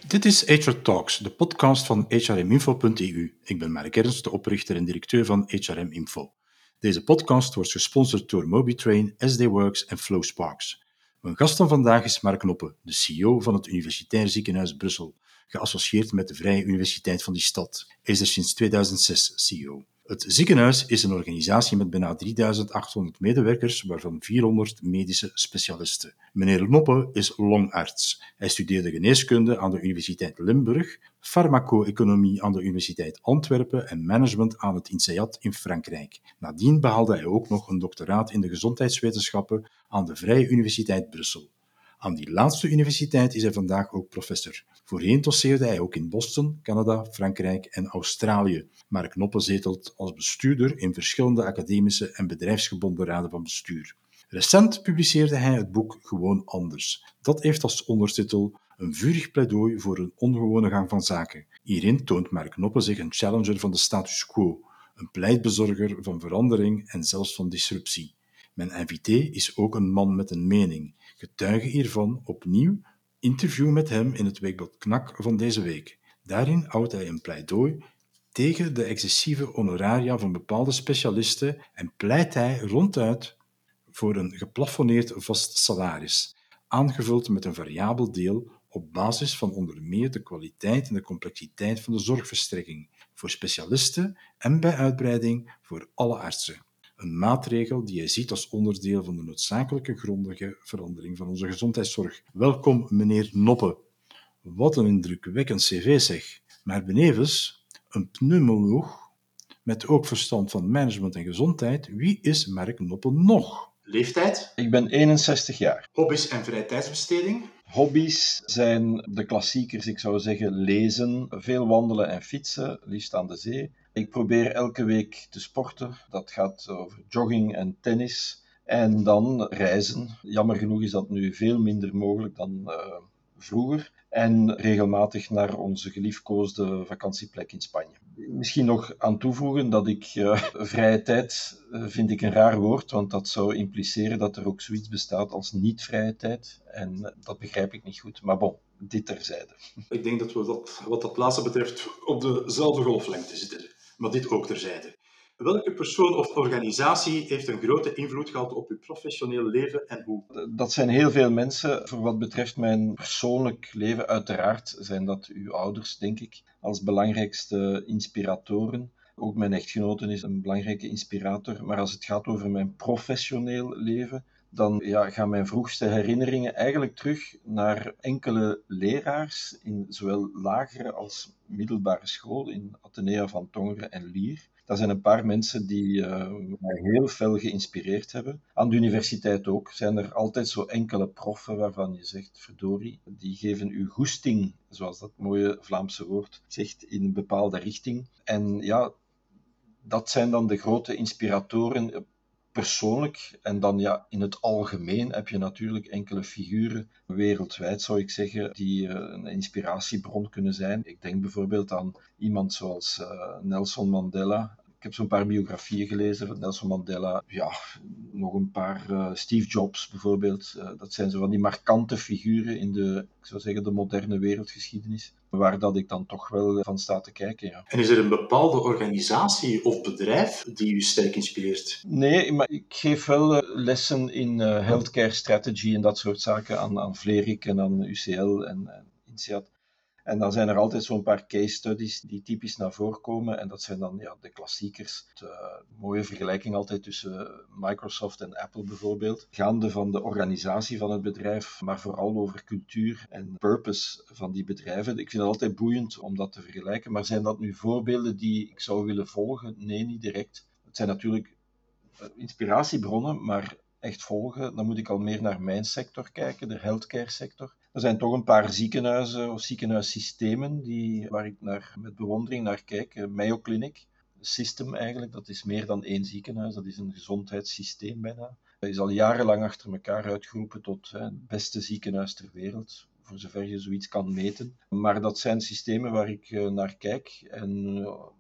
Dit is HR Talks, de podcast van hrminfo.eu. Ik ben Mark Ernst, de oprichter en directeur van HRM Info. Deze podcast wordt gesponsord door Mobitrain, SD Works en Flowsparks. Mijn gast van vandaag is Mark Noppe, de CEO van het Universitair Ziekenhuis Brussel, geassocieerd met de Vrije Universiteit van die stad. Hij is er sinds 2006 CEO. Het ziekenhuis is een organisatie met bijna 3800 medewerkers, waarvan 400 medische specialisten. Meneer Noppe is longarts. Hij studeerde geneeskunde aan de Universiteit Limburg, farmaco-economie aan de Universiteit Antwerpen en management aan het INSEAD in Frankrijk. Nadien behaalde hij ook nog een doctoraat in de gezondheidswetenschappen aan de Vrije Universiteit Brussel. Aan die laatste universiteit is hij vandaag ook professor. Voorheen doceerde hij ook in Boston, Canada, Frankrijk en Australië. Mark Noppe zetelt als bestuurder in verschillende academische en bedrijfsgebonden raden van bestuur. Recent publiceerde hij het boek Gewoon Anders. Dat heeft als ondertitel een vurig pleidooi voor een ongewone gang van zaken. Hierin toont Mark Noppe zich een challenger van de status quo, een pleitbezorger van verandering en zelfs van disruptie. Mijn invité is ook een man met een mening. Getuige hiervan opnieuw interview met hem in het weekblad Knak van deze week. Daarin houdt hij een pleidooi tegen de excessieve honoraria van bepaalde specialisten en pleit hij ronduit voor een geplafonneerd vast salaris, aangevuld met een variabel deel op basis van onder meer de kwaliteit en de complexiteit van de zorgverstrekking, voor specialisten en bij uitbreiding voor alle artsen. Een maatregel die hij ziet als onderdeel van de noodzakelijke grondige verandering van onze gezondheidszorg. Welkom, meneer Noppe. Wat een indrukwekkend cv zeg. Maar benevens een pneumoloog met ook verstand van management en gezondheid. Wie is Mark Noppe nog? Leeftijd? Ik ben 61 jaar. Hobby's en vrije tijdsbesteding? Hobby's zijn de klassiekers, ik zou zeggen lezen, veel wandelen en fietsen, liefst aan de zee. Ik probeer elke week te sporten, dat gaat over jogging en tennis. En dan reizen. Jammer genoeg is dat nu veel minder mogelijk dan vroeger. En regelmatig naar onze geliefkoosde vakantieplek in Spanje. Misschien nog aan toevoegen dat ik vrije tijd vind ik een raar woord, want dat zou impliceren dat er ook zoiets bestaat als niet-vrije tijd. En dat begrijp ik niet goed. Maar bon, dit terzijde. Ik denk dat we wat dat laatste betreft op dezelfde golflengte zitten. Maar dit ook terzijde. Welke persoon of organisatie heeft een grote invloed gehad op uw professioneel leven en hoe? Dat zijn heel veel mensen. Voor wat betreft mijn persoonlijk leven, uiteraard zijn dat uw ouders, denk ik, als belangrijkste inspiratoren. Ook mijn echtgenote is een belangrijke inspirator. Maar als het gaat over mijn professioneel leven, dan gaan mijn vroegste herinneringen eigenlijk terug naar enkele leraars in zowel lagere als middelbare school in Atenea van Tongeren en Lier. Dat zijn een paar mensen die mij heel fel geïnspireerd hebben. Aan de universiteit ook zijn er altijd zo enkele proffen waarvan je zegt, verdorie, die geven u goesting, zoals dat mooie Vlaamse woord zegt, in een bepaalde richting. En ja, dat zijn dan de grote inspiratoren persoonlijk. En dan in het algemeen heb je natuurlijk enkele figuren, wereldwijd zou ik zeggen, die een inspiratiebron kunnen zijn. Ik denk bijvoorbeeld aan iemand zoals Nelson Mandela. Ik heb zo'n paar biografieën gelezen van Nelson Mandela. Ja, nog een paar. Steve Jobs bijvoorbeeld. Dat zijn zo van die markante figuren in ik zou zeggen, de moderne wereldgeschiedenis. Waar dat ik dan toch wel van sta te kijken, ja. En is er een bepaalde organisatie of bedrijf die u sterk inspireert? Nee, maar ik geef wel lessen in healthcare strategy en dat soort zaken aan Vlerik en aan UCL en INSEAD. En dan zijn er altijd zo'n paar case studies die typisch naar voren komen. En dat zijn dan de klassiekers. De mooie vergelijking altijd tussen Microsoft en Apple bijvoorbeeld. Gaande van de organisatie van het bedrijf, maar vooral over cultuur en purpose van die bedrijven. Ik vind het altijd boeiend om dat te vergelijken. Maar zijn dat nu voorbeelden die ik zou willen volgen? Nee, niet direct. Het zijn natuurlijk inspiratiebronnen, maar echt volgen, dan moet ik al meer naar mijn sector kijken, de healthcare sector. Er zijn toch een paar ziekenhuizen of ziekenhuissystemen waar ik met bewondering naar kijk. Mayo Clinic, System eigenlijk, dat is meer dan één ziekenhuis, dat is een gezondheidssysteem bijna. Dat is al jarenlang achter elkaar uitgeroepen tot het beste ziekenhuis ter wereld, voor zover je zoiets kan meten. Maar dat zijn systemen waar ik naar kijk en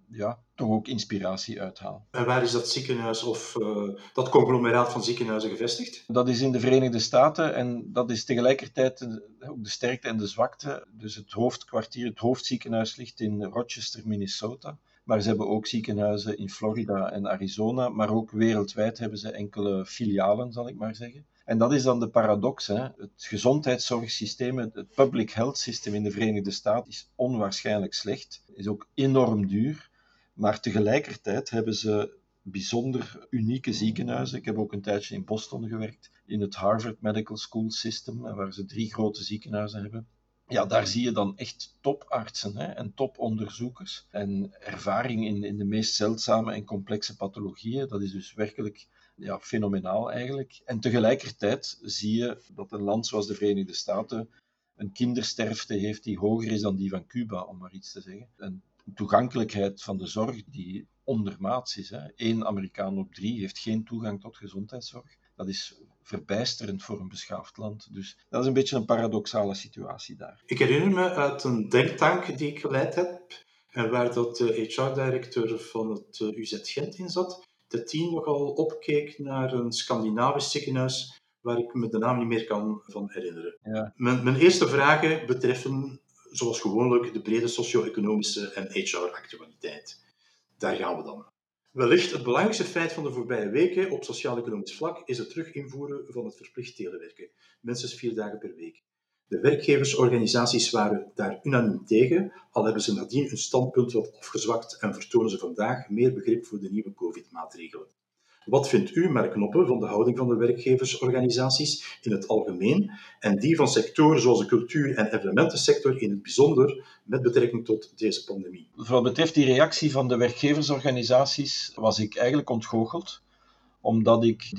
toch ook inspiratie uithaal. En waar is dat ziekenhuis of dat conglomeraat van ziekenhuizen gevestigd? Dat is in de Verenigde Staten en dat is tegelijkertijd ook de sterkte en de zwakte. Dus het hoofdkwartier, het hoofdziekenhuis ligt in Rochester, Minnesota. Maar ze hebben ook ziekenhuizen in Florida en Arizona, maar ook wereldwijd hebben ze enkele filialen, zal ik maar zeggen. En dat is dan de paradox. Hè? Het gezondheidszorgsysteem, het public health system in de Verenigde Staten is onwaarschijnlijk slecht, is ook enorm duur. Maar tegelijkertijd hebben ze bijzonder unieke ziekenhuizen. Ik heb ook een tijdje in Boston gewerkt, in het Harvard Medical School System, waar ze 3 grote ziekenhuizen hebben. Ja, daar zie je dan echt topartsen en toponderzoekers en ervaring in de meest zeldzame en complexe pathologieën. Dat is dus werkelijk fenomenaal eigenlijk. En tegelijkertijd zie je dat een land zoals de Verenigde Staten een kindersterfte heeft die hoger is dan die van Cuba, om maar iets te zeggen. Een toegankelijkheid van de zorg die ondermaats is. 1 Amerikaan op 3 heeft geen toegang tot gezondheidszorg. Dat is verbijsterend voor een beschaafd land. Dus dat is een beetje een paradoxale situatie daar. Ik herinner me uit een denktank die ik geleid heb, en waar dat de HR-directeur van het UZ Gent in zat, dat die nogal opkeek naar een Scandinavisch ziekenhuis waar ik me de naam niet meer kan van herinneren. Ja. Mijn eerste vragen betreffen, zoals gewoonlijk, de brede socio-economische en HR-actualiteit. Daar gaan we dan. Wellicht het belangrijkste feit van de voorbije weken op sociaal-economisch vlak is het terug invoeren van het verplicht telewerken, minstens 4 dagen per week. De werkgeversorganisaties waren daar unaniem tegen, al hebben ze nadien hun standpunt wat afgezwakt en vertonen ze vandaag meer begrip voor de nieuwe COVID-maatregelen. Wat vindt u, Mark Noppe, van de houding van de werkgeversorganisaties in het algemeen en die van sectoren zoals de cultuur- en evenementensector in het bijzonder met betrekking tot deze pandemie? Wat betreft die reactie van de werkgeversorganisaties was ik eigenlijk ontgoocheld, omdat ik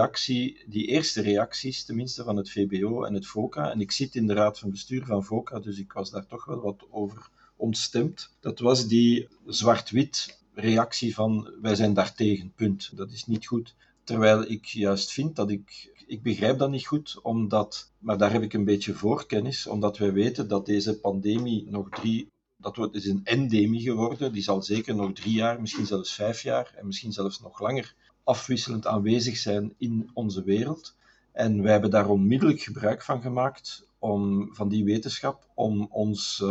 die eerste reacties, tenminste van het VBO en het VOCA, en ik zit in de raad van bestuur van VOCA, dus ik was daar toch wel wat over ontstemd. Dat was die zwart-wit reactie van wij zijn daartegen, punt. Dat is niet goed. Terwijl ik juist vind dat ik begrijp dat niet goed, maar daar heb ik een beetje voorkennis, omdat wij weten dat deze pandemie het is een endemie geworden, die zal zeker nog 3 jaar, misschien zelfs 5 jaar en misschien zelfs nog langer afwisselend aanwezig zijn in onze wereld. En wij hebben daar onmiddellijk gebruik van gemaakt, van die wetenschap, om ons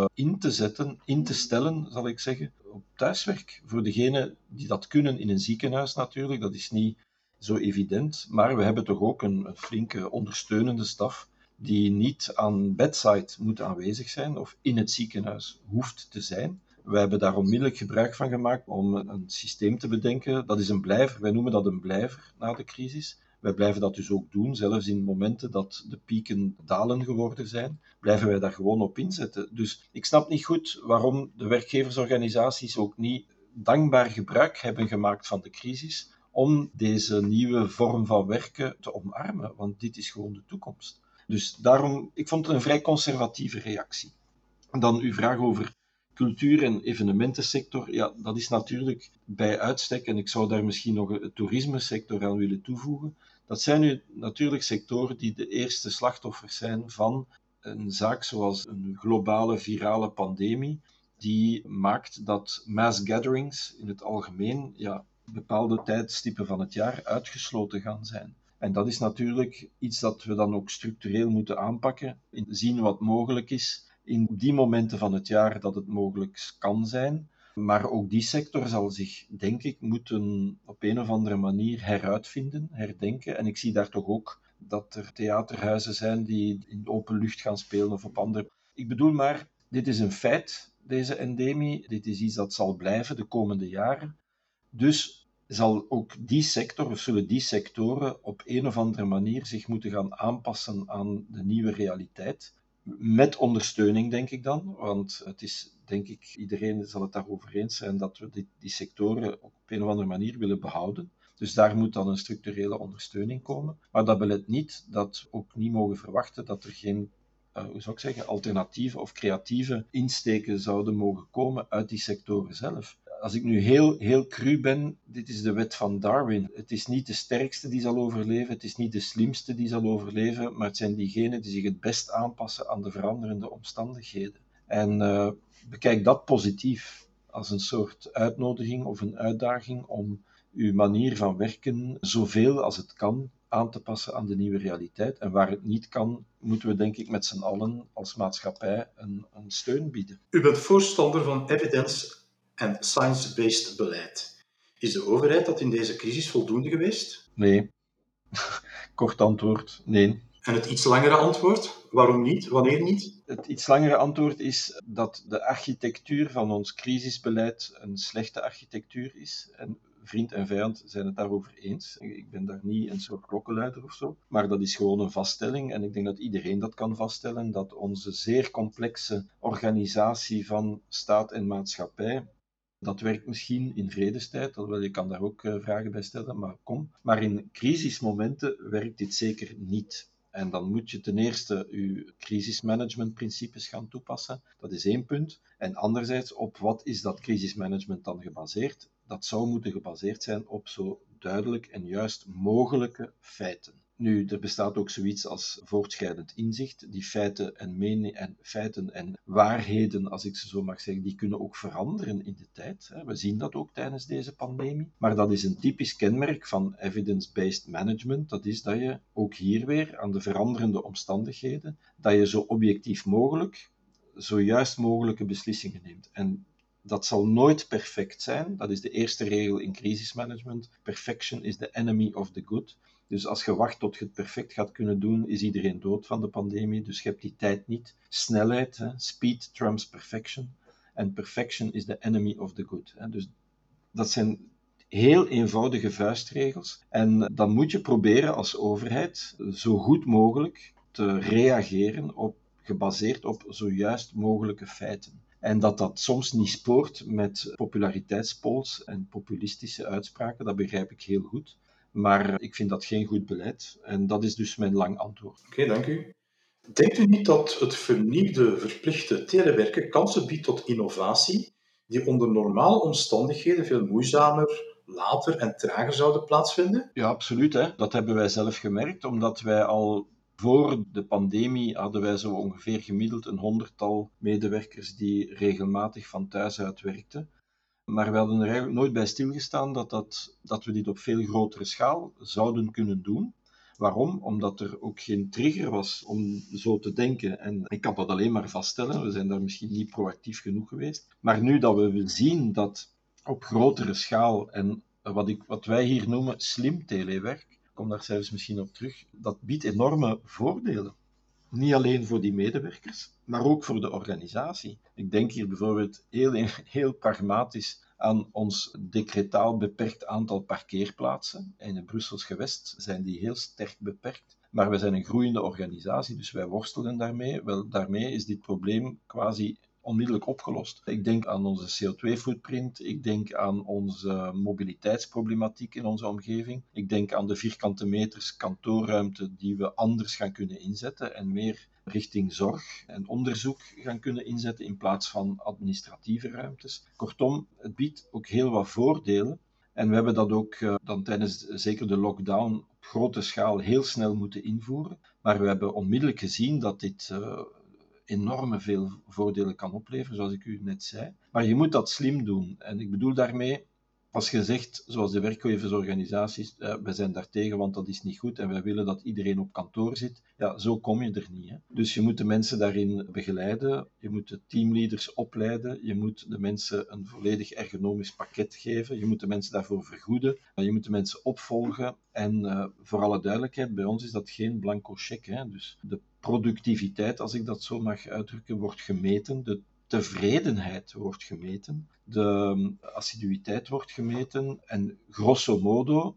in te stellen, zal ik zeggen, op thuiswerk. Voor degenen die dat kunnen in een ziekenhuis natuurlijk, dat is niet zo evident, maar we hebben toch ook een flinke ondersteunende staf die niet aan bedside moet aanwezig zijn of in het ziekenhuis hoeft te zijn. Wij hebben daar onmiddellijk gebruik van gemaakt om een systeem te bedenken. Dat is een blijver. Wij noemen dat een blijver na de crisis. Wij blijven dat dus ook doen, zelfs in momenten dat de pieken dalen geworden zijn, blijven wij daar gewoon op inzetten. Dus ik snap niet goed waarom de werkgeversorganisaties ook niet dankbaar gebruik hebben gemaakt van de crisis om deze nieuwe vorm van werken te omarmen, want dit is gewoon de toekomst. Dus daarom, ik vond het een vrij conservatieve reactie. Dan uw vraag over cultuur- en evenementensector, ja, dat is natuurlijk bij uitstek, en ik zou daar misschien nog het toerismesector aan willen toevoegen. Dat zijn nu natuurlijk sectoren die de eerste slachtoffers zijn van een zaak zoals een globale virale pandemie, die maakt dat mass gatherings in het algemeen bepaalde tijdstippen van het jaar uitgesloten gaan zijn. En dat is natuurlijk iets dat we dan ook structureel moeten aanpakken, zien wat mogelijk is in die momenten van het jaar dat het mogelijk kan zijn. Maar ook die sector zal zich, denk ik, moeten op een of andere manier heruitvinden, herdenken. En ik zie daar toch ook dat er theaterhuizen zijn die in de open lucht gaan spelen of op andere. Ik bedoel maar, dit is een feit, deze endemie. Dit is iets dat zal blijven de komende jaren. Dus zal ook die sector, of zullen die sectoren op een of andere manier zich moeten gaan aanpassen aan de nieuwe realiteit. Met ondersteuning, denk ik dan, want het is, denk ik, iedereen zal het daarover eens zijn dat we die sectoren op een of andere manier willen behouden. Dus daar moet dan een structurele ondersteuning komen. Maar dat belet niet dat we ook niet mogen verwachten dat er geen alternatieve of creatieve insteken zouden mogen komen uit die sectoren zelf. Als ik nu heel cru ben, dit is de wet van Darwin. Het is niet de sterkste die zal overleven, het is niet de slimste die zal overleven, maar het zijn diegenen die zich het best aanpassen aan de veranderende omstandigheden. En bekijk dat positief. als een soort uitnodiging of een uitdaging om uw manier van werken zoveel als het kan aan te passen aan de nieuwe realiteit. En waar het niet kan, moeten we denk ik met z'n allen als maatschappij een steun bieden. U bent voorstander van evidence- en science-based beleid. Is de overheid dat in deze crisis voldoende geweest? Nee. Kort antwoord, nee. En het iets langere antwoord? Waarom niet? Wanneer niet? Het iets langere antwoord is dat de architectuur van ons crisisbeleid een slechte architectuur is. En vriend en vijand zijn het daarover eens. Ik ben daar niet een soort klokkenluider of zo, maar dat is gewoon een vaststelling. En ik denk dat iedereen dat kan vaststellen, dat onze zeer complexe organisatie van staat en maatschappij, dat werkt misschien in vredestijd, alhoewel je kan daar ook vragen bij stellen, maar kom. Maar in crisismomenten werkt dit zeker niet. En dan moet je ten eerste je crisismanagementprincipes gaan toepassen. Dat is één punt. En anderzijds, op wat is dat crisismanagement dan gebaseerd? Dat zou moeten gebaseerd zijn op zo duidelijk en juist mogelijke feiten. Nu, er bestaat ook zoiets als voortschrijdend inzicht. Die feiten en waarheden, als ik ze zo mag zeggen, die kunnen ook veranderen in de tijd. We zien dat ook tijdens deze pandemie. Maar dat is een typisch kenmerk van evidence-based management. Dat is dat je ook hier weer aan de veranderende omstandigheden, dat je zo objectief mogelijk, zo juist mogelijke beslissingen neemt. En dat zal nooit perfect zijn. Dat is de eerste regel in crisismanagement. Perfection is the enemy of the good. Dus als je wacht tot je het perfect gaat kunnen doen, is iedereen dood van de pandemie. Dus je hebt die tijd niet. Snelheid, speed trumps perfection. En perfection is the enemy of the good. Dus dat zijn heel eenvoudige vuistregels. En dan moet je proberen als overheid zo goed mogelijk te reageren gebaseerd op zo juist mogelijke feiten. En dat soms niet spoort met populariteitspolls en populistische uitspraken, dat begrijp ik heel goed. Maar ik vind dat geen goed beleid. En dat is dus mijn lang antwoord. Oké, dank u. Denkt u niet dat het vernieuwde verplichte telewerken kansen biedt tot innovatie, die onder normale omstandigheden veel moeizamer, later en trager zouden plaatsvinden? Ja, absoluut. Hè. Dat hebben wij zelf gemerkt, omdat wij al voor de pandemie hadden wij zo ongeveer gemiddeld een 100-tal medewerkers die regelmatig van thuis uit werkten. Maar we hadden er eigenlijk nooit bij stilgestaan dat we dit op veel grotere schaal zouden kunnen doen. Waarom? Omdat er ook geen trigger was om zo te denken. En ik kan dat alleen maar vaststellen, we zijn daar misschien niet proactief genoeg geweest. Maar nu dat we zien dat op grotere schaal en wat wij hier noemen slim telewerk, ik kom daar zelfs misschien op terug, dat biedt enorme voordelen. Niet alleen voor die medewerkers, maar ook voor de organisatie. Ik denk hier bijvoorbeeld heel pragmatisch aan ons decretaal beperkt aantal parkeerplaatsen. In het Brussels gewest zijn die heel sterk beperkt. Maar we zijn een groeiende organisatie, dus wij worstelen daarmee. Wel, daarmee is dit probleem quasi onmiddellijk opgelost. Ik denk aan onze CO2-footprint, ik denk aan onze mobiliteitsproblematiek in onze omgeving, ik denk aan de vierkante meters kantoorruimte die we anders gaan kunnen inzetten en meer richting zorg en onderzoek gaan kunnen inzetten in plaats van administratieve ruimtes. Kortom, het biedt ook heel wat voordelen. En we hebben dat ook dan tijdens zeker de lockdown op grote schaal heel snel moeten invoeren. Maar we hebben onmiddellijk gezien dat dit enorme veel voordelen kan opleveren, zoals ik u net zei. Maar je moet dat slim doen. En ik bedoel daarmee, als je zegt, zoals de werkgeversorganisaties, wij zijn daartegen, want dat is niet goed en wij willen dat iedereen op kantoor zit, ja, zo kom je er niet. Hè. Dus je moet de mensen daarin begeleiden, je moet de teamleaders opleiden, je moet de mensen een volledig ergonomisch pakket geven, je moet de mensen daarvoor vergoeden, je moet de mensen opvolgen en voor alle duidelijkheid, bij ons is dat geen blanco cheque. Hè. Dus de productiviteit, als ik dat zo mag uitdrukken, wordt gemeten, de tevredenheid wordt gemeten, de assiduïteit wordt gemeten en grosso modo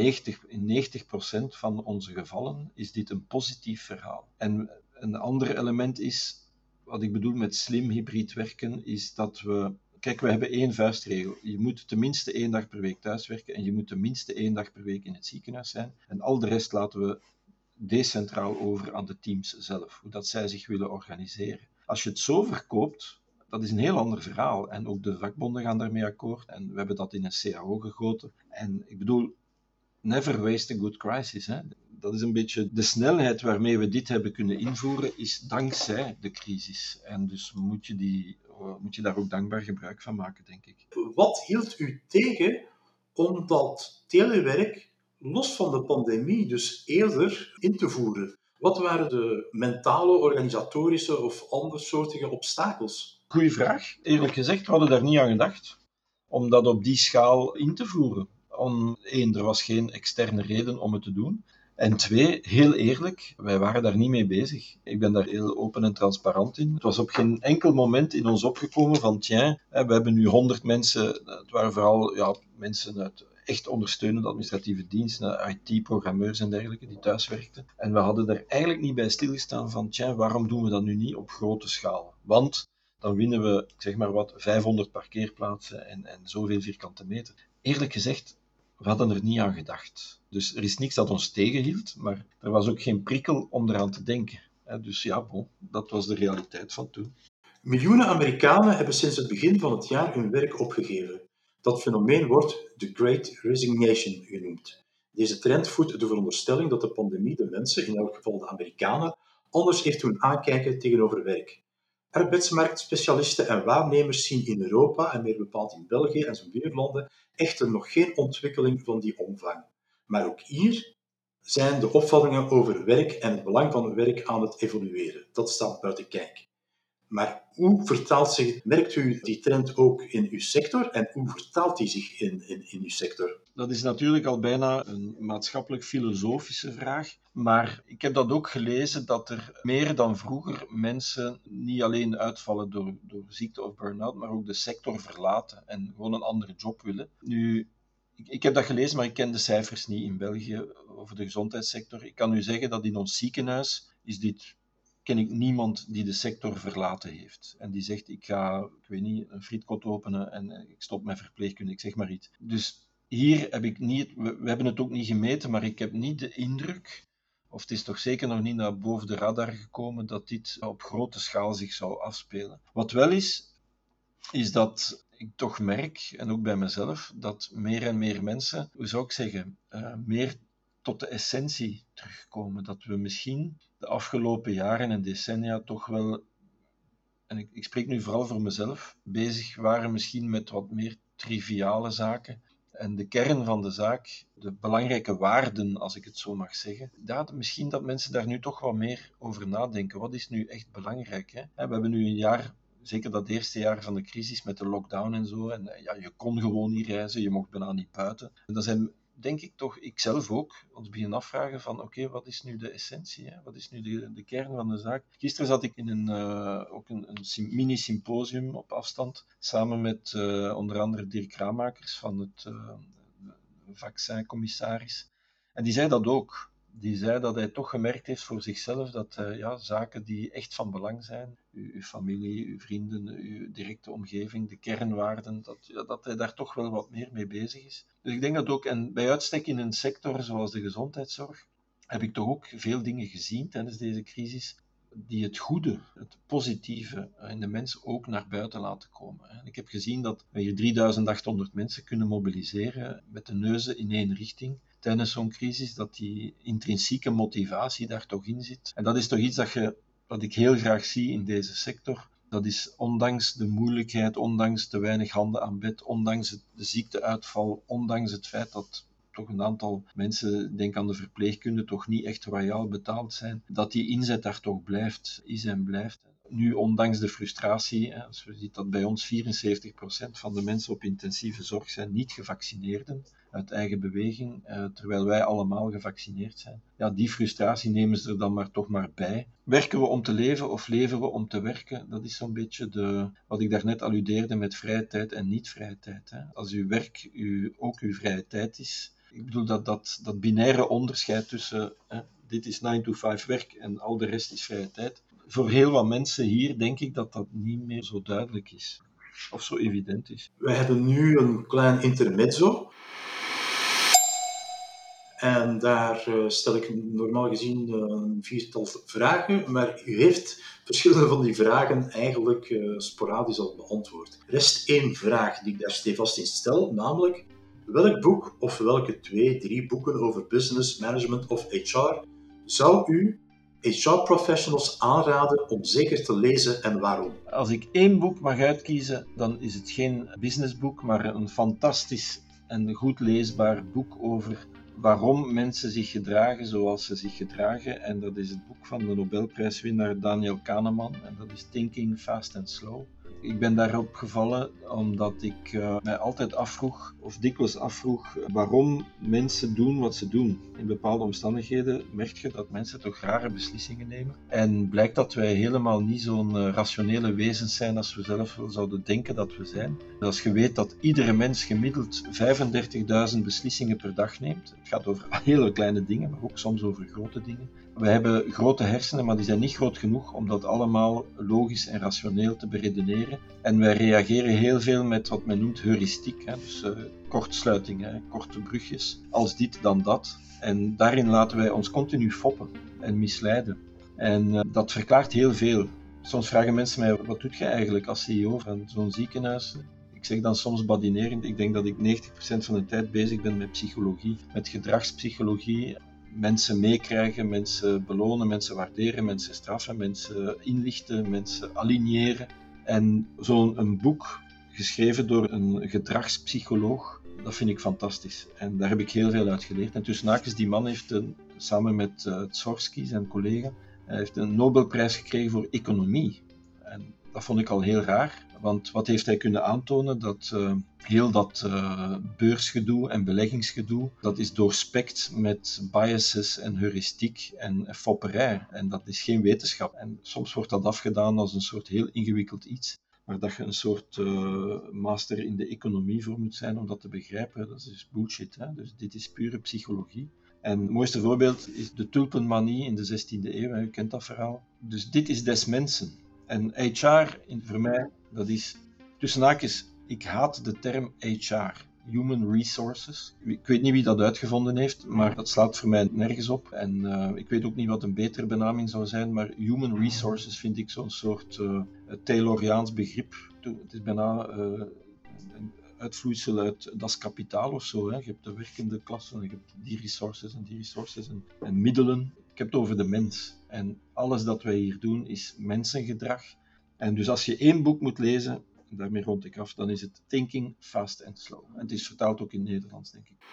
in 90% van onze gevallen is dit een positief verhaal. En een ander element is, wat ik bedoel met slim hybrid werken, is dat we hebben 1 vuistregel. Je moet tenminste 1 dag per week thuiswerken en je moet tenminste 1 dag per week in het ziekenhuis zijn. En al de rest laten we decentraal over aan de teams zelf, hoe dat zij zich willen organiseren. Als je het zo verkoopt, dat is een heel ander verhaal. En ook de vakbonden gaan daarmee akkoord. En we hebben dat in een CAO gegoten. En ik bedoel, never waste a good crisis. Hè. Dat is een beetje de snelheid waarmee we dit hebben kunnen invoeren, is dankzij de crisis. En dus moet je die moet je daar ook dankbaar gebruik van maken, denk ik. Wat hield u tegen om dat telewerk los van de pandemie dus eerder in te voeren? Wat waren de mentale, organisatorische of andersoortige obstakels? Goeie vraag. Eerlijk gezegd, we hadden daar niet aan gedacht om dat op die schaal in te voeren. Er was geen externe reden om het te doen. En 2, heel eerlijk, wij waren daar niet mee bezig. Ik ben daar heel open en transparant in. Het was op geen enkel moment in ons opgekomen van, we hebben nu 100 mensen. Het waren vooral mensen uit echt ondersteunende administratieve diensten, IT-programmeurs en dergelijke, die thuis werkten. En we hadden er eigenlijk niet bij stilgestaan van, waarom doen we dat nu niet op grote schaal? Want dan winnen we, ik zeg maar wat, 500 parkeerplaatsen en zoveel vierkante meter. Eerlijk gezegd, we hadden er niet aan gedacht. Dus er is niks dat ons tegenhield, maar er was ook geen prikkel om eraan te denken. Dus dat was de realiteit van toen. Miljoenen Amerikanen hebben sinds het begin van het jaar hun werk opgegeven. Dat fenomeen wordt de Great Resignation genoemd. Deze trend voedt de veronderstelling dat de pandemie de mensen, in elk geval de Amerikanen, anders heeft doen aankijken tegenover werk. Arbeidsmarktspecialisten en waarnemers zien in Europa, en meer bepaald in België en zijn buurlanden, echter nog geen ontwikkeling van die omvang. Maar ook hier zijn de opvattingen over werk en het belang van werk aan het evolueren. Dat staat buiten kijf. Maar hoe merkt u die trend ook in uw sector en hoe vertaalt die zich in uw sector? Dat is natuurlijk al bijna een maatschappelijk-filosofische vraag, maar ik heb dat ook gelezen dat er meer dan vroeger mensen niet alleen uitvallen door ziekte of burn-out, maar ook de sector verlaten en gewoon een andere job willen. Nu, ik heb dat gelezen, maar ik ken de cijfers niet in België over de gezondheidssector. Ik kan u zeggen dat in ons ziekenhuis ken ik niemand die de sector verlaten heeft. En die zegt, ik ga, een frietkot openen en ik stop met verpleegkunde, ik zeg maar iets. Dus hier heb ik niet, we hebben het ook niet gemeten, maar ik heb niet de indruk, of het is toch zeker nog niet naar boven de radar gekomen, dat dit op grote schaal zich zou afspelen. Wat wel is dat ik toch merk, en ook bij mezelf, dat meer en meer mensen, hoe zou ik zeggen, meer tot de essentie terugkomen. Dat we misschien de afgelopen jaren en decennia toch wel, en ik spreek nu vooral voor mezelf, bezig waren misschien met wat meer triviale zaken. En de kern van de zaak, de belangrijke waarden, als ik het zo mag zeggen, misschien dat mensen daar nu toch wat meer over nadenken. Wat is nu echt belangrijk? Hè? We hebben nu een jaar, zeker dat eerste jaar van de crisis met de lockdown en zo, en je kon gewoon niet reizen, je mocht bijna niet buiten. En dat zijn, denk ik toch, ikzelf ook, ons beginnen afvragen van oké, wat is nu de essentie? Hè? Wat is nu de kern van de zaak? Gisteren zat ik in een mini-symposium op afstand, samen met onder andere Dirk Ramakers van het vaccincommissaris. En die zei dat ook. Die zei dat hij toch gemerkt heeft voor zichzelf dat zaken die echt van belang zijn, uw familie, uw vrienden, uw directe omgeving, de kernwaarden, dat hij daar toch wel wat meer mee bezig is. Dus ik denk dat ook, en bij uitstek in een sector zoals de gezondheidszorg, heb ik toch ook veel dingen gezien tijdens deze crisis die het goede, het positieve in de mens ook naar buiten laten komen. En ik heb gezien dat we hier 3800 mensen kunnen mobiliseren met de neuzen in één richting tijdens zo'n crisis, dat die intrinsieke motivatie daar toch in zit. En dat is toch iets dat ik heel graag zie in deze sector. Dat is ondanks de moeilijkheid, ondanks te weinig handen aan bed, ondanks de ziekteuitval, ondanks het feit dat toch een aantal mensen, denk aan de verpleegkunde, toch niet echt royaal betaald zijn, dat die inzet daar toch is en blijft. Nu, ondanks de frustratie, als we zien dat bij ons 74% van de mensen op intensieve zorg zijn niet gevaccineerden, uit eigen beweging, terwijl wij allemaal gevaccineerd zijn. Ja, die frustratie nemen ze er dan toch maar bij. Werken we om te leven of leven we om te werken? Dat is zo'n beetje wat ik daarnet alludeerde met vrije tijd en niet-vrije tijd. Hè. Als uw werk ook uw vrije tijd is, ik bedoel dat binaire onderscheid tussen dit is 9-to-5 werk en al de rest is vrije tijd. Voor heel wat mensen hier denk ik dat niet meer zo duidelijk is. Of zo evident is. Wij hebben nu een klein intermezzo. En daar stel ik normaal gezien een 4-tal vragen, maar u heeft verschillende van die vragen eigenlijk sporadisch al beantwoord. Er rest 1 vraag die ik daar stevast in stel, namelijk welk boek of welke 2-3 boeken over business, management of HR zou u HR-professionals aanraden om zeker te lezen en waarom? Als ik één boek mag uitkiezen, dan is het geen businessboek, maar een fantastisch en goed leesbaar boek over waarom mensen zich gedragen zoals ze zich gedragen. En dat is het boek van de Nobelprijswinnaar Daniel Kahneman. En dat is Thinking Fast and Slow. Ik ben daarop gevallen omdat ik mij altijd afvroeg, of dikwijls afvroeg, waarom mensen doen wat ze doen. In bepaalde omstandigheden merk je dat mensen toch rare beslissingen nemen. En blijkt dat wij helemaal niet zo'n rationele wezens zijn als we zelf wel zouden denken dat we zijn. Als je weet dat iedere mens gemiddeld 35.000 beslissingen per dag neemt. Het gaat over hele kleine dingen, maar ook soms over grote dingen. We hebben grote hersenen, maar die zijn niet groot genoeg om dat allemaal logisch en rationeel te beredeneren. En wij reageren heel veel met wat men noemt heuristiek, dus kortsluiting, korte brugjes. Als dit, dan dat. En daarin laten wij ons continu foppen en misleiden. En dat verklaart heel veel. Soms vragen mensen mij, wat doe je eigenlijk als CEO van zo'n ziekenhuis? Ik zeg dan soms badinerend, ik denk dat ik 90% van de tijd bezig ben met psychologie, met gedragspsychologie. Mensen meekrijgen, mensen belonen, mensen waarderen, mensen straffen, mensen inlichten, mensen aligneren. En zo'n boek, geschreven door een gedragspsycholoog, dat vind ik fantastisch. En daar heb ik heel veel uit geleerd. En tussen haakjes, die man heeft samen met Tversky, zijn collega, hij heeft een Nobelprijs gekregen voor economie. En dat vond ik al heel raar, want wat heeft hij kunnen aantonen? Dat heel dat beursgedoe en beleggingsgedoe, dat is doorspekt met biases en heuristiek en fopperij. En dat is geen wetenschap. En soms wordt dat afgedaan als een soort heel ingewikkeld iets, maar dat je een soort master in de economie voor moet zijn om dat te begrijpen, dat is bullshit. Dus dit is pure psychologie. En het mooiste voorbeeld is de tulpenmanie in de 16e eeuw, u kent dat verhaal. Dus dit is des mensen. En HR, voor mij, dat is tussen haakjes, ik haat de term HR, Human Resources. Ik weet niet wie dat uitgevonden heeft, maar dat slaat voor mij nergens op. En ik weet ook niet wat een betere benaming zou zijn, maar Human Resources vind ik zo'n soort Tayloriaans begrip. Het is bijna een uitvloeisel uit Das Kapitaal of zo. Je hebt de werkende klasse, je hebt die resources en middelen. Ik heb het over de mens. En alles dat wij hier doen is mensengedrag. En dus als je één boek moet lezen, en daarmee rond ik af, dan is het Thinking Fast and Slow. En het is vertaald ook in het Nederlands, denk ik.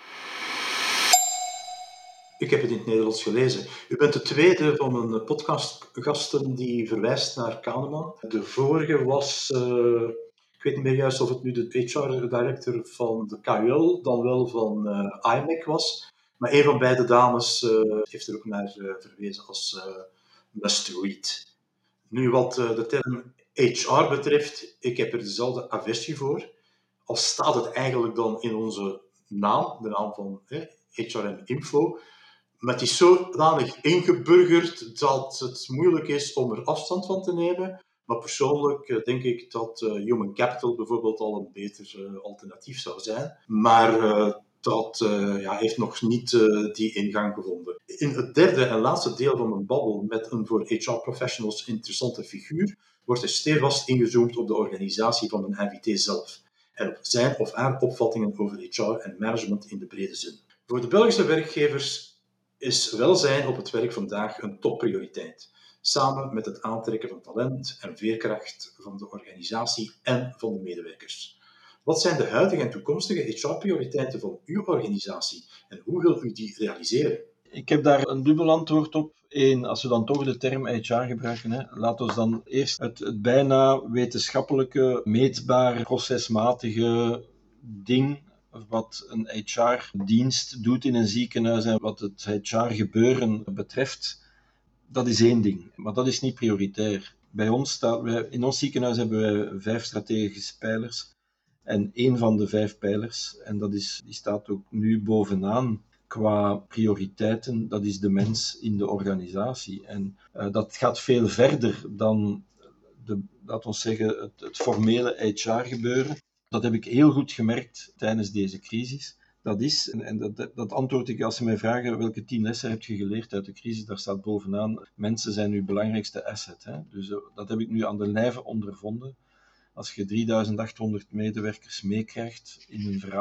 Ik heb het in het Nederlands gelezen. U bent de tweede van een podcastgasten die verwijst naar Kahneman. De vorige was, ik weet niet meer juist of het nu de HR-director van de KUL, dan wel van IMEC was. Maar een van beide dames heeft er ook naar verwezen als must read. Nu, wat de term HR betreft, ik heb er dezelfde aversie voor. Al staat het eigenlijk dan in onze naam, de naam van HRM Info, maar het is zodanig ingeburgerd dat het moeilijk is om er afstand van te nemen. Maar persoonlijk denk ik dat Human Capital bijvoorbeeld al een beter alternatief zou zijn. Maar dat heeft nog niet die ingang gevonden. In het derde en laatste deel van mijn babbel met een voor HR-professionals interessante figuur wordt er stevast ingezoomd op de organisatie van een MVT zelf en op zijn of haar opvattingen over HR en management in de brede zin. Voor de Belgische werkgevers is welzijn op het werk vandaag een topprioriteit, samen met het aantrekken van talent en veerkracht van de organisatie en van de medewerkers. Wat zijn de huidige en toekomstige HR-prioriteiten van uw organisatie en hoe wilt u die realiseren? Ik heb daar een dubbel antwoord op. Eén, als we dan toch de term HR gebruiken, laten we dan eerst het bijna wetenschappelijke, meetbare, procesmatige ding wat een HR-dienst doet in een ziekenhuis en wat het HR-gebeuren betreft, dat is één ding, maar dat is niet prioritair. In ons ziekenhuis hebben wij 5 strategische pijlers en één van de 5 pijlers, en die staat ook nu bovenaan qua prioriteiten, dat is de mens in de organisatie. En dat gaat veel verder dan laten we zeggen, het formele HR-gebeuren. Dat heb ik heel goed gemerkt tijdens deze crisis. Dat is, en dat antwoord ik als ze mij vragen welke 10 lessen heb je geleerd uit de crisis, daar staat bovenaan, mensen zijn uw belangrijkste asset. Dus dat heb ik nu aan de lijve ondervonden. Als je 3800 medewerkers meekrijgt in een verhaal,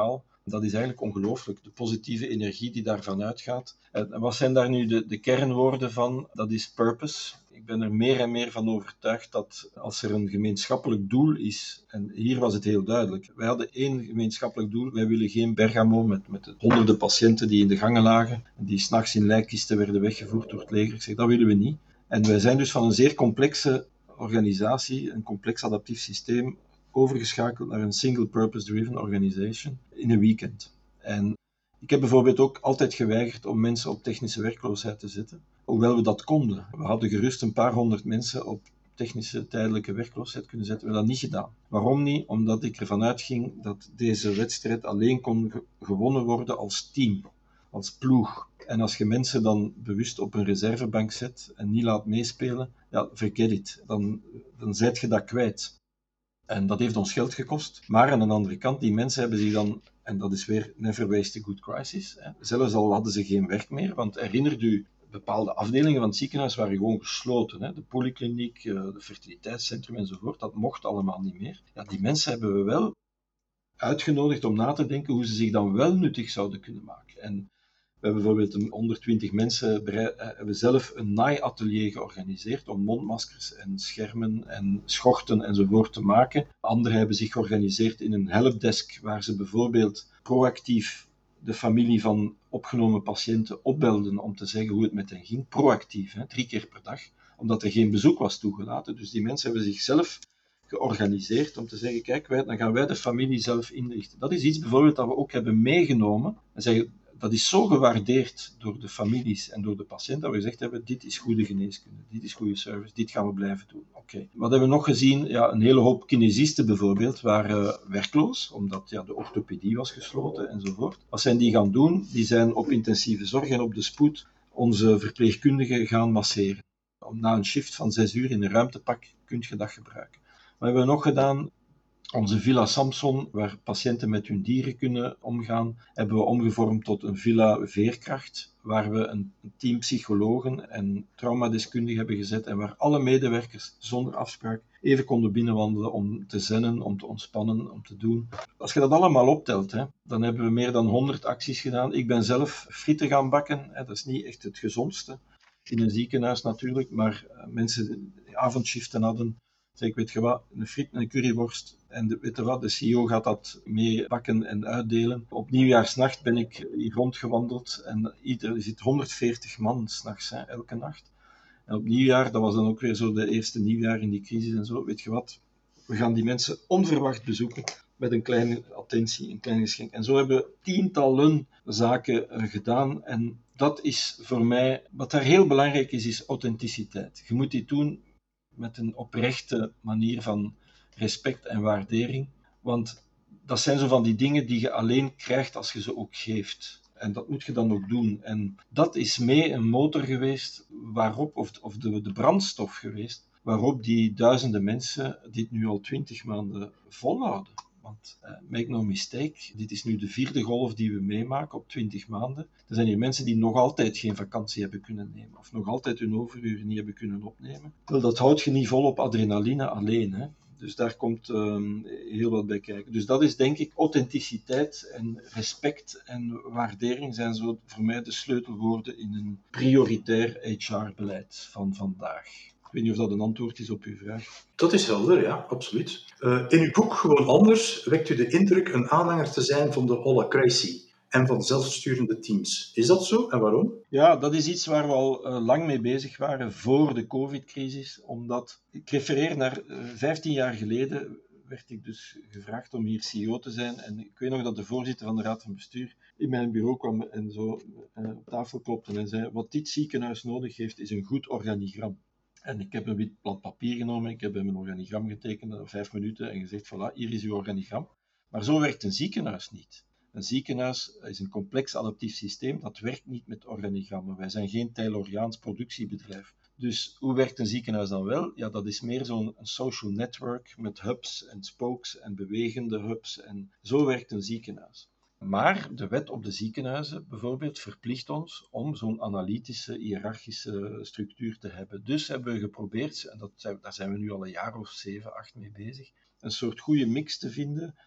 Dat is eigenlijk ongelooflijk, de positieve energie die daarvan uitgaat. En wat zijn daar nu de kernwoorden van? Dat is purpose. Ik ben er meer en meer van overtuigd dat als er een gemeenschappelijk doel is, en hier was het heel duidelijk, wij hadden één gemeenschappelijk doel, wij willen geen Bergamo met honderden patiënten die in de gangen lagen, die 's nachts in lijkkisten werden weggevoerd door het leger. Ik zeg, dat willen we niet. En wij zijn dus van een zeer complexe organisatie, een complex adaptief systeem, overgeschakeld naar een single purpose-driven organization in een weekend. En ik heb bijvoorbeeld ook altijd geweigerd om mensen op technische werkloosheid te zetten, hoewel we dat konden. We hadden gerust een paar honderd mensen op technische tijdelijke werkloosheid kunnen zetten. We hebben dat niet gedaan. Waarom niet? Omdat ik ervan uitging dat deze wedstrijd alleen kon gewonnen worden als team, als ploeg. En als je mensen dan bewust op een reservebank zet en niet laat meespelen, ja, forget it. Dan zijt je dat kwijt. En dat heeft ons geld gekost. Maar aan de andere kant, die mensen hebben zich dan, en dat is weer never waste a good crisis, hè, zelfs al hadden ze geen werk meer, want herinnert u, bepaalde afdelingen van het ziekenhuis waren gewoon gesloten. Hè, de polykliniek, de fertiliteitscentrum enzovoort, dat mocht allemaal niet meer. Ja, die mensen hebben we wel uitgenodigd om na te denken hoe ze zich dan wel nuttig zouden kunnen maken. En we hebben bijvoorbeeld 120 mensen hebben zelf een naaiatelier georganiseerd om mondmaskers en schermen en schorten enzovoort te maken. Anderen hebben zich georganiseerd in een helpdesk waar ze bijvoorbeeld proactief de familie van opgenomen patiënten opbelden om te zeggen hoe het met hen ging. Proactief, 3 keer per dag, omdat er geen bezoek was toegelaten. Dus die mensen hebben zichzelf georganiseerd om te zeggen, kijk, dan gaan wij de familie zelf inrichten. Dat is iets bijvoorbeeld dat we ook hebben meegenomen en zeggen, dat is zo gewaardeerd door de families en door de patiënten dat we gezegd hebben, dit is goede geneeskunde, dit is goede service, dit gaan we blijven doen. Oké. Wat hebben we nog gezien? Ja, een hele hoop kinesisten bijvoorbeeld waren werkloos, omdat de orthopedie was gesloten enzovoort. Wat zijn die gaan doen? Die zijn op intensieve zorg en op de spoed onze verpleegkundigen gaan masseren. Na een shift van 6 uur in een ruimtepak kun je dat gebruiken. Wat hebben we nog gedaan? Onze Villa Samson, waar patiënten met hun dieren kunnen omgaan, hebben we omgevormd tot een Villa Veerkracht, waar we een team psychologen en traumadeskundigen hebben gezet en waar alle medewerkers zonder afspraak even konden binnenwandelen om te zennen, om te ontspannen, om te doen. Als je dat allemaal optelt, dan hebben we meer dan 100 acties gedaan. Ik ben zelf frieten gaan bakken, dat is niet echt het gezondste in een ziekenhuis natuurlijk, maar mensen die avondshiften hadden, zeg ik, weet je wat, een friet en een curryworst. En weet je wat, de CEO gaat dat mee bakken en uitdelen. Op nieuwjaarsnacht ben ik hier rondgewandeld en er zit 140 man 's nachts, elke nacht. En op nieuwjaar, dat was dan ook weer zo de eerste nieuwjaar in die crisis en zo, weet je wat, we gaan die mensen onverwacht bezoeken met een kleine attentie, een klein geschenk. En zo hebben we tientallen zaken gedaan en dat is voor mij, wat daar heel belangrijk is authenticiteit. Je moet die doen met een oprechte manier van respect en waardering. Want dat zijn zo van die dingen die je alleen krijgt als je ze ook geeft. En dat moet je dan ook doen. En dat is mee een motor geweest waarop, of de brandstof geweest, waarop die duizenden mensen dit nu al 20 maanden volhouden. Want make no mistake, dit is nu de 4e golf die we meemaken op 20 maanden. Er zijn hier mensen die nog altijd geen vakantie hebben kunnen nemen, of nog altijd hun overuren niet hebben kunnen opnemen. Wel, dat houdt je niet vol op adrenaline alleen, hè. Dus daar komt heel wat bij kijken. Dus dat is denk ik authenticiteit en respect en waardering zijn zo voor mij de sleutelwoorden in een prioritair HR-beleid van vandaag. Ik weet niet of dat een antwoord is op uw vraag. Dat is helder, ja, absoluut. In uw boek Gewoon Anders wekt u de indruk een aanhanger te zijn van de holacracy en van zelfsturende teams. Is dat zo en waarom? Ja, dat is iets waar we al lang mee bezig waren voor de COVID-crisis. Omdat, ik refereer naar 15 jaar geleden, werd ik dus gevraagd om hier CEO te zijn. En ik weet nog dat de voorzitter van de Raad van Bestuur in mijn bureau kwam en zo op tafel klopte en zei, wat dit ziekenhuis nodig heeft, is een goed organigram. En ik heb een wit blad papier genomen, ik heb hem een organigram getekend in 5 minuten en gezegd, voilà, hier is uw organigram. Maar zo werkt een ziekenhuis niet. Een ziekenhuis is een complex adaptief systeem, dat werkt niet met organigrammen. Wij zijn geen Tayloriaans productiebedrijf. Dus hoe werkt een ziekenhuis dan wel? Ja, dat is meer zo'n social network met hubs en spokes en bewegende hubs. En zo werkt een ziekenhuis. Maar de wet op de ziekenhuizen bijvoorbeeld verplicht ons om zo'n analytische, hiërarchische structuur te hebben. Dus hebben we geprobeerd, en daar zijn we nu al een jaar of 7, 8 mee bezig, een soort goede mix te vinden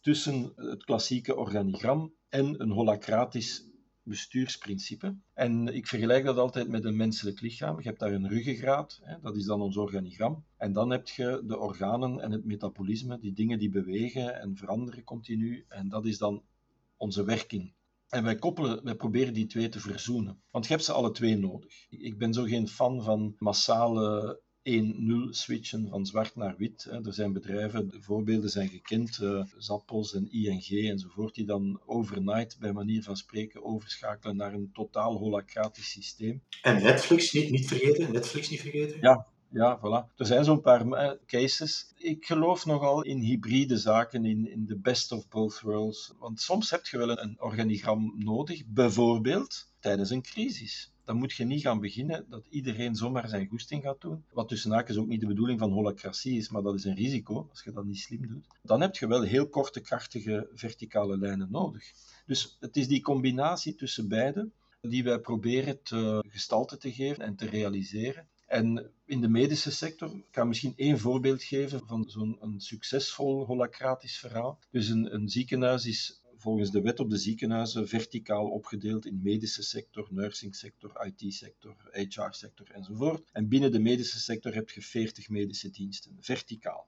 tussen het klassieke organigram en een holacratisch bestuursprincipe. En ik vergelijk dat altijd met een menselijk lichaam. Je hebt daar een ruggengraat, dat is dan ons organigram. En dan heb je de organen en het metabolisme, die dingen die bewegen en veranderen continu. En dat is dan onze werking. En wij proberen die twee te verzoenen. Want je hebt ze alle twee nodig. Ik ben zo geen fan van massale 1-0 switchen van zwart naar wit. Er zijn bedrijven, de voorbeelden zijn gekend, Zappos en ING enzovoort, die dan overnight, bij manier van spreken, overschakelen naar een totaal holacratisch systeem. En Netflix niet vergeten? Ja, voilà. Er zijn zo'n paar cases. Ik geloof nogal in hybride zaken, in the best of both worlds. Want soms heb je wel een organigram nodig, bijvoorbeeld tijdens een crisis. Dan moet je niet gaan beginnen dat iedereen zomaar zijn goesting gaat doen. Wat tussen haakjes ook niet de bedoeling van holacratie is, maar dat is een risico als je dat niet slim doet. Dan heb je wel heel korte, krachtige verticale lijnen nodig. Dus het is die combinatie tussen beide die wij proberen te gestalte te geven en te realiseren. En in de medische sector, ik kan misschien één voorbeeld geven van zo'n succesvol holacratisch verhaal. Dus een ziekenhuis is volgens de wet op de ziekenhuizen verticaal opgedeeld in medische sector, nursing sector, IT-sector, HR-sector enzovoort. En binnen de medische sector heb je 40 medische diensten, verticaal.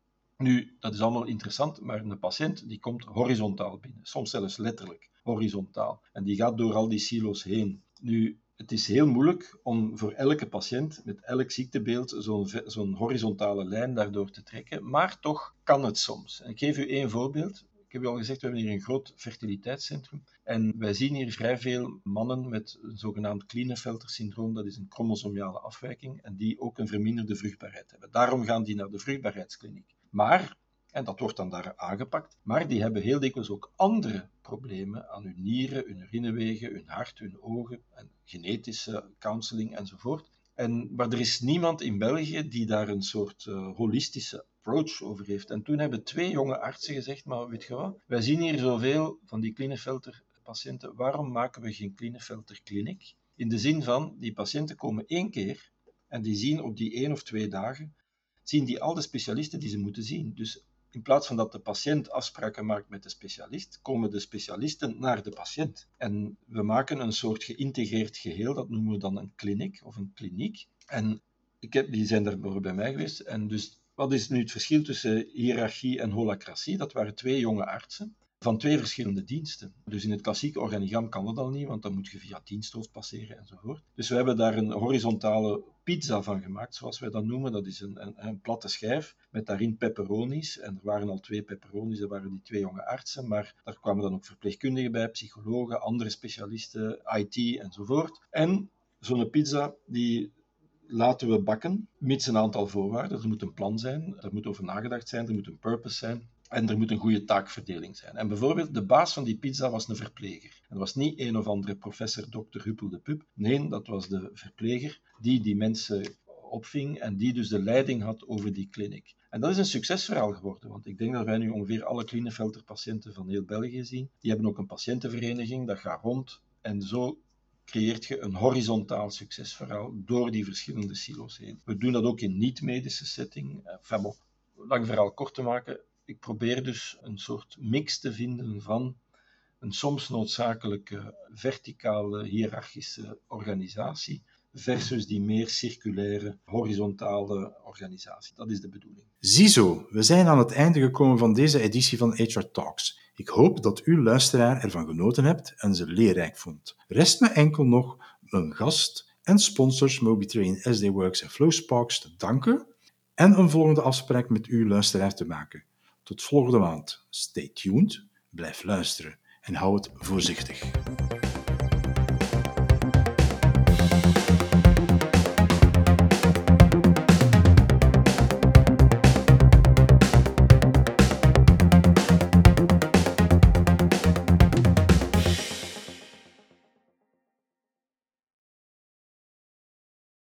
Nu, dat is allemaal interessant, maar een patiënt die komt horizontaal binnen, soms zelfs letterlijk horizontaal. En die gaat door al die silo's heen. Nu, het is heel moeilijk om voor elke patiënt met elk ziektebeeld zo'n horizontale lijn daardoor te trekken, maar toch kan het soms. En ik geef u één voorbeeld. Ik heb u al gezegd, we hebben hier een groot fertiliteitscentrum en wij zien hier vrij veel mannen met een zogenaamd Klinefelter-syndroom, dat is een chromosomiale afwijking, en die ook een verminderde vruchtbaarheid hebben. Daarom gaan die naar de vruchtbaarheidskliniek. Maar, en dat wordt dan daar aangepakt, maar die hebben heel dikwijls ook andere problemen aan hun nieren, hun urinewegen, hun hart, hun ogen, en genetische counseling enzovoort. Maar er is niemand in België die daar een soort holistische approach over heeft. En toen hebben 2 jonge artsen gezegd, maar weet je wat, wij zien hier zoveel van die Klinefelter-patiënten, waarom maken we geen Klinefelter-kliniek? In de zin van, die patiënten komen 1 keer en die zien op die 1 of 2 dagen, zien die al de specialisten die ze moeten zien. Dus in plaats van dat de patiënt afspraken maakt met de specialist, komen de specialisten naar de patiënt. En we maken een soort geïntegreerd geheel, dat noemen we dan een kliniek of een kliniek. En die zijn daar bij mij geweest. En dus, wat is nu het verschil tussen hiërarchie en holacratie? Dat waren 2 jonge artsen van 2 verschillende diensten. Dus in het klassieke organigram kan dat al niet, want dan moet je via diensthoofd passeren enzovoort. Dus we hebben daar een horizontale pizza van gemaakt, zoals wij dat noemen. Dat is een platte schijf met daarin pepperoni's. En er waren al 2 pepperoni's, dat waren die 2 jonge artsen, maar daar kwamen dan ook verpleegkundigen bij, psychologen, andere specialisten, IT enzovoort. En zo'n pizza, die laten we bakken, mits een aantal voorwaarden. Er moet een plan zijn, er moet over nagedacht zijn, er moet een purpose zijn. En er moet een goede taakverdeling zijn. En bijvoorbeeld, de baas van die pizza was een verpleger. En dat was niet een of andere professor Dr. Huppel de Pup. Nee, dat was de verpleger die mensen opving en die dus de leiding had over die kliniek. En dat is een succesverhaal geworden, want ik denk dat wij nu ongeveer alle Klinefelter-patiënten van heel België zien. Die hebben ook een patiëntenvereniging, dat gaat rond. En zo creëert je een horizontaal succesverhaal door die verschillende silo's heen. We doen dat ook in niet-medische setting. Lang verhaal kort te maken, ik probeer dus een soort mix te vinden van een soms noodzakelijke verticale hiërarchische organisatie versus die meer circulaire horizontale organisatie. Dat is de bedoeling. Ziezo, we zijn aan het einde gekomen van deze editie van HR Talks. Ik hoop dat u, luisteraar, ervan genoten hebt en ze leerrijk vond. Rest me enkel nog mijn gast en sponsors MobiTrain, SD-Works en FlowSparks te danken en een volgende afspraak met u, luisteraar, te maken. Tot volgende maand. Stay tuned, blijf luisteren en hou het voorzichtig.